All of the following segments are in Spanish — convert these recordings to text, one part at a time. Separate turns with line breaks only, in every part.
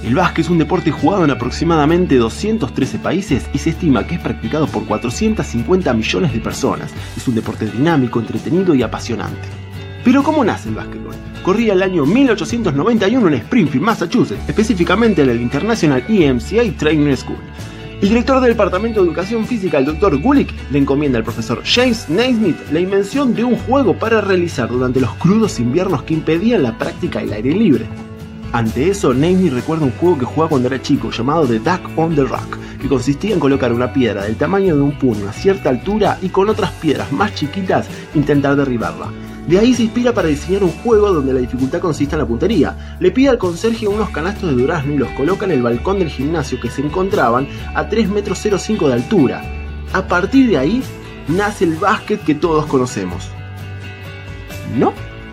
El básquet es un deporte jugado en aproximadamente 213 países y se estima que es practicado por 450 millones de personas. Es un deporte dinámico, entretenido y apasionante. Pero ¿cómo nace el básquetbol? Corría el año 1891 en Springfield, Massachusetts, específicamente en el International EMCA Training School. El director del Departamento de Educación Física, el Dr. Gulick, le encomienda al profesor James Naismith la invención de un juego para realizar durante los crudos inviernos que impedían la práctica al aire libre. Ante eso, Naismith recuerda un juego que jugaba cuando era chico llamado The Duck on the Rock, que consistía en colocar una piedra del tamaño de un puño a cierta altura y con otras piedras más chiquitas intentar derribarla. De ahí se inspira para diseñar un juego donde la dificultad consiste en la puntería. Le pide al conserje unos canastos de durazno y los coloca en el balcón del gimnasio que se encontraban a 3,05 metros de altura. A partir de ahí, nace el básquet que todos conocemos. ¿No?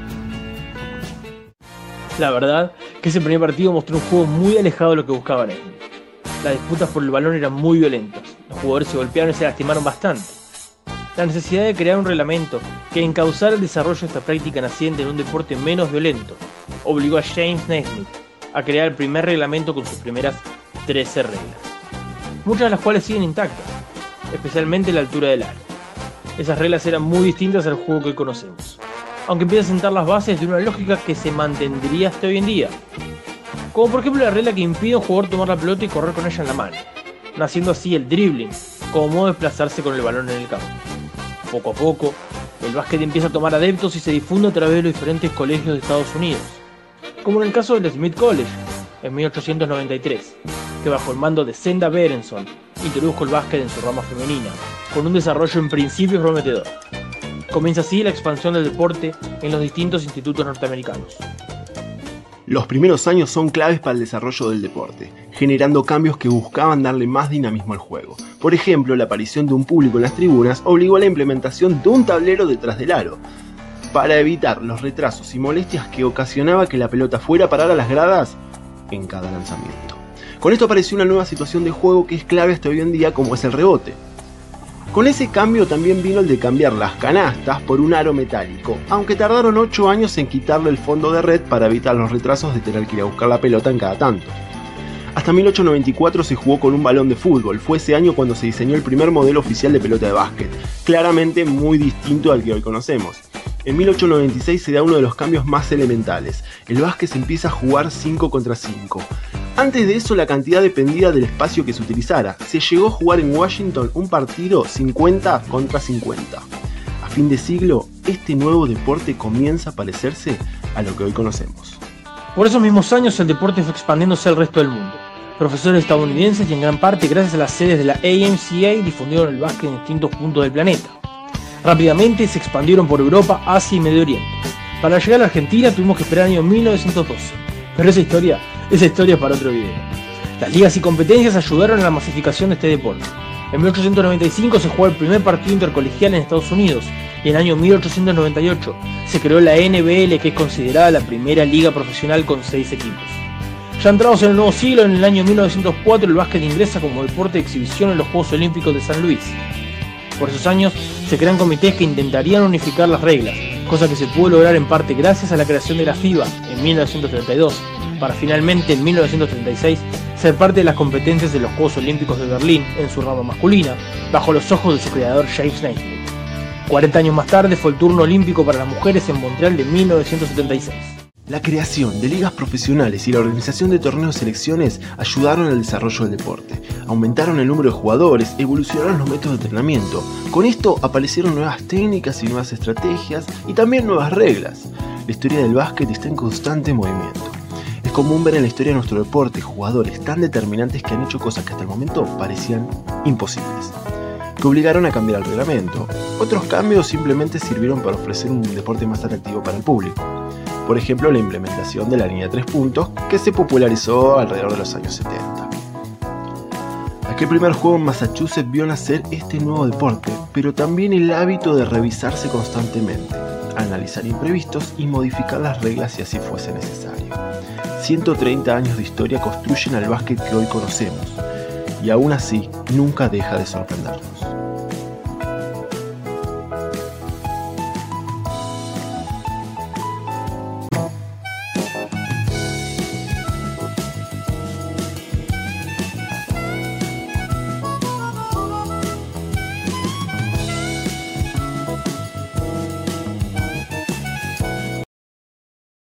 La verdad que ese primer partido mostró un juego muy alejado de lo que buscaba Naismith. Las disputas por el balón eran muy violentas, los jugadores se golpearon y se lastimaron bastante. La necesidad de crear un reglamento que encauzara el desarrollo de esta práctica naciente en un deporte menos violento obligó a James Naismith a crear el primer reglamento con sus primeras 13 reglas, muchas de las cuales siguen intactas, especialmente la altura del aro. Esas reglas eran muy distintas al juego que hoy conocemos, aunque empieza a sentar las bases de una lógica que se mantendría hasta hoy en día, como por ejemplo la regla que impide a un jugador tomar la pelota y correr con ella en la mano, naciendo así el dribbling como modo de desplazarse con el balón en el campo. Poco a poco, el básquet empieza a tomar adeptos y se difunde a través de los diferentes colegios de Estados Unidos, como en el caso del Smith College, en 1893, que bajo el mando de Senda Berenson introdujo el básquet en su rama femenina, con un desarrollo en principio prometedor. Comienza así la expansión del deporte en los distintos institutos norteamericanos.
Los primeros años son claves para el desarrollo del deporte, generando cambios que buscaban darle más dinamismo al juego. Por ejemplo, la aparición de un público en las tribunas obligó a la implementación de un tablero detrás del aro, para evitar los retrasos y molestias que ocasionaba que la pelota fuera a parar a las gradas en cada lanzamiento. Con esto apareció una nueva situación de juego que es clave hasta hoy en día, como es el rebote. Con ese cambio también vino el de cambiar las canastas por un aro metálico, aunque tardaron 8 años en quitarle el fondo de red para evitar los retrasos de tener que ir a buscar la pelota en cada tanto. Hasta 1894 se jugó con un balón de fútbol, fue ese año cuando se diseñó el primer modelo oficial de pelota de básquet, claramente muy distinto al que hoy conocemos. En 1896 se da uno de los cambios más elementales, el básquet se empieza a jugar 5 contra 5. Antes de eso la cantidad dependía del espacio que se utilizara, se llegó a jugar en Washington un partido 50 contra 50. A fin de siglo, este nuevo deporte comienza a parecerse a lo que hoy conocemos.
Por esos mismos años el deporte fue expandiéndose al resto del mundo. Profesores estadounidenses y en gran parte gracias a las sedes de la AMCA difundieron el básquet en distintos puntos del planeta. Rápidamente se expandieron por Europa, Asia y Medio Oriente. Para llegar a la Argentina tuvimos que esperar el año 1912, pero esa historia es para otro video. Las ligas y competencias ayudaron a la masificación de este deporte. En 1895 se jugó el primer partido intercolegial en Estados Unidos y en el año 1898 se creó la NBL, que es considerada la primera liga profesional con 6 equipos. Ya entrados en el nuevo siglo, en el año 1904 el básquet ingresa como deporte de exhibición en los Juegos Olímpicos de San Luis. Por esos años se crean comités que intentarían unificar las reglas, cosa que se pudo lograr en parte gracias a la creación de la FIBA en 1932, para finalmente en 1936 ser parte de las competencias de los Juegos Olímpicos de Berlín en su rama masculina, bajo los ojos de su creador James Naismith. 40 años más tarde fue el turno olímpico para las mujeres en Montreal de 1976.
La creación de ligas profesionales y la organización de torneos de selecciones ayudaron al desarrollo del deporte. Aumentaron el número de jugadores, evolucionaron los métodos de entrenamiento. Con esto aparecieron nuevas técnicas y nuevas estrategias y también nuevas reglas. La historia del básquet está en constante movimiento. Es común ver en la historia de nuestro deporte jugadores tan determinantes que han hecho cosas que hasta el momento parecían imposibles, que obligaron a cambiar el reglamento. Otros cambios simplemente sirvieron para ofrecer un deporte más atractivo para el público. Por ejemplo, la implementación de la línea de 3 puntos, que se popularizó alrededor de los años 70. Aquel primer juego en Massachusetts vio nacer este nuevo deporte, pero también el hábito de revisarse constantemente, analizar imprevistos y modificar las reglas si así fuese necesario. 130 años de historia construyen al básquet que hoy conocemos, y aún así nunca deja de sorprendernos.